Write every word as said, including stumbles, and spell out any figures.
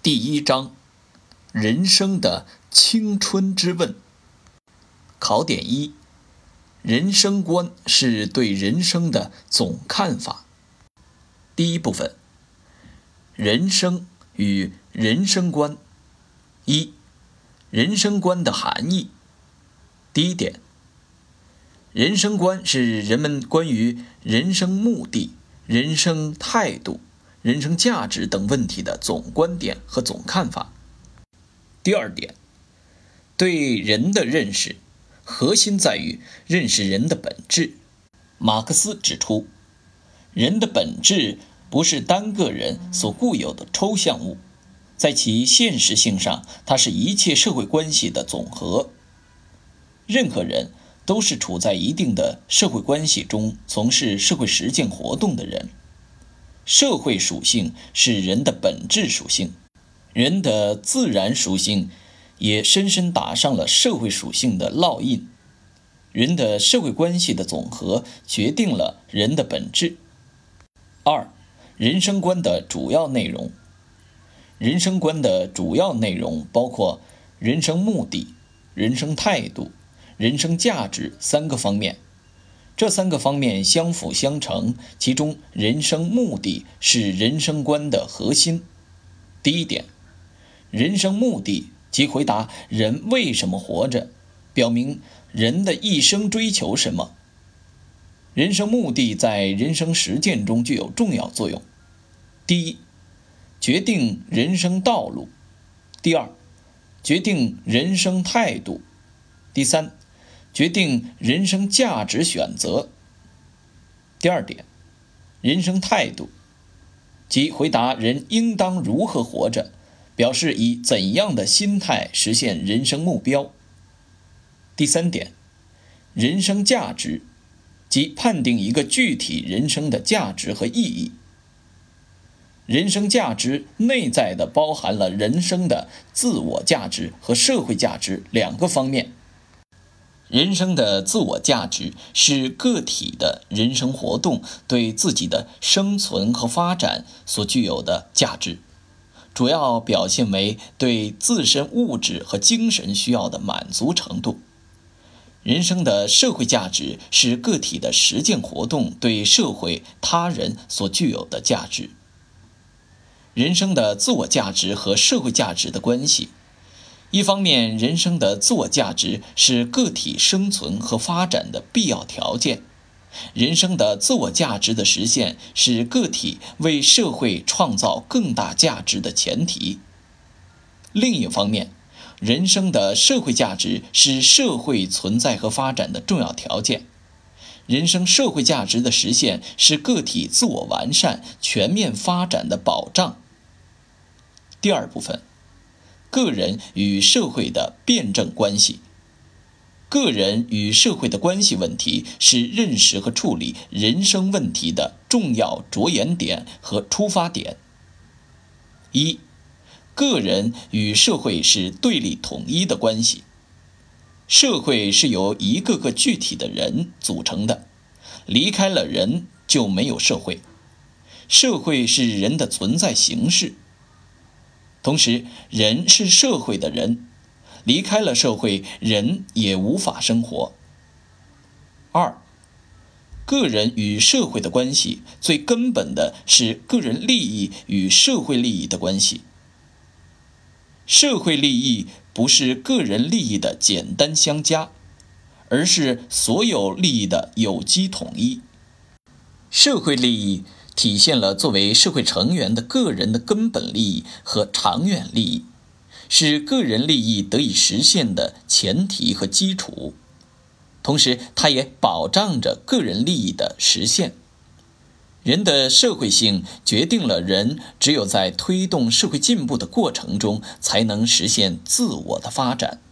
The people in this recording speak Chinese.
第一章，人生的青春之问。考点一，人生观是对人生的总看法。第一部分，人生与人生观。一、人生观的含义。第一点，人生观是人们关于人生目的、人生态度、人生价值等问题的总观点和总看法。第二点，对人的认识核心在于认识人的本质。马克思指出，人的本质不是单个人所固有的抽象物，在其现实性上，它是一切社会关系的总和。任何人都是处在一定的社会关系中从事社会实践活动的人。社会属性是人的本质属性，人的自然属性也深深打上了社会属性的烙印。人的社会关系的总和决定了人的本质。二、人生观的主要内容。人生观的主要内容包括人生目的、人生态度、人生价值三个方面。这三个方面相辅相成，其中人生目的是人生观的核心。第一点，人生目的即回答人为什么活着，表明人的一生追求什么。人生目的在人生实践中具有重要作用。第一，决定人生道路；第二，决定人生态度；第三，决定人生价值选择。第二点，人生态度，即回答人应当如何活着，表示以怎样的心态实现人生目标。第三点，人生价值，即判定一个具体人生的价值和意义。人生价值内在的包含了人生的自我价值和社会价值两个方面。人生的自我价值是个体的人生活动对自己的生存和发展所具有的价值，主要表现为对自身物质和精神需要的满足程度。人生的社会价值是个体的实践活动对社会他人所具有的价值。人生的自我价值和社会价值的关系，一方面，人生的自我价值是个体生存和发展的必要条件，人生的自我价值的实现是个体为社会创造更大价值的前提。另一方面，人生的社会价值是社会存在和发展的重要条件，人生社会价值的实现是个体自我完善、全面发展的保障。第二部分，个人与社会的辩证关系。个人与社会的关系问题是认识和处理人生问题的重要着眼点和出发点。一、个人与社会是对立统一的关系。社会是由一个个具体的人组成的，离开了人就没有社会。社会是人的存在形式。同时，人是社会的人，离开了社会，人也无法生活。二、个人与社会的关系，最根本的是个人利益与社会利益的关系。社会利益不是个人利益的简单相加，而是所有利益的有机统一。社会利益体现了作为社会成员的个人的根本利益和长远利益，是个人利益得以实现的前提和基础，同时它也保障着个人利益的实现。人的社会性决定了人只有在推动社会进步的过程中才能实现自我的发展。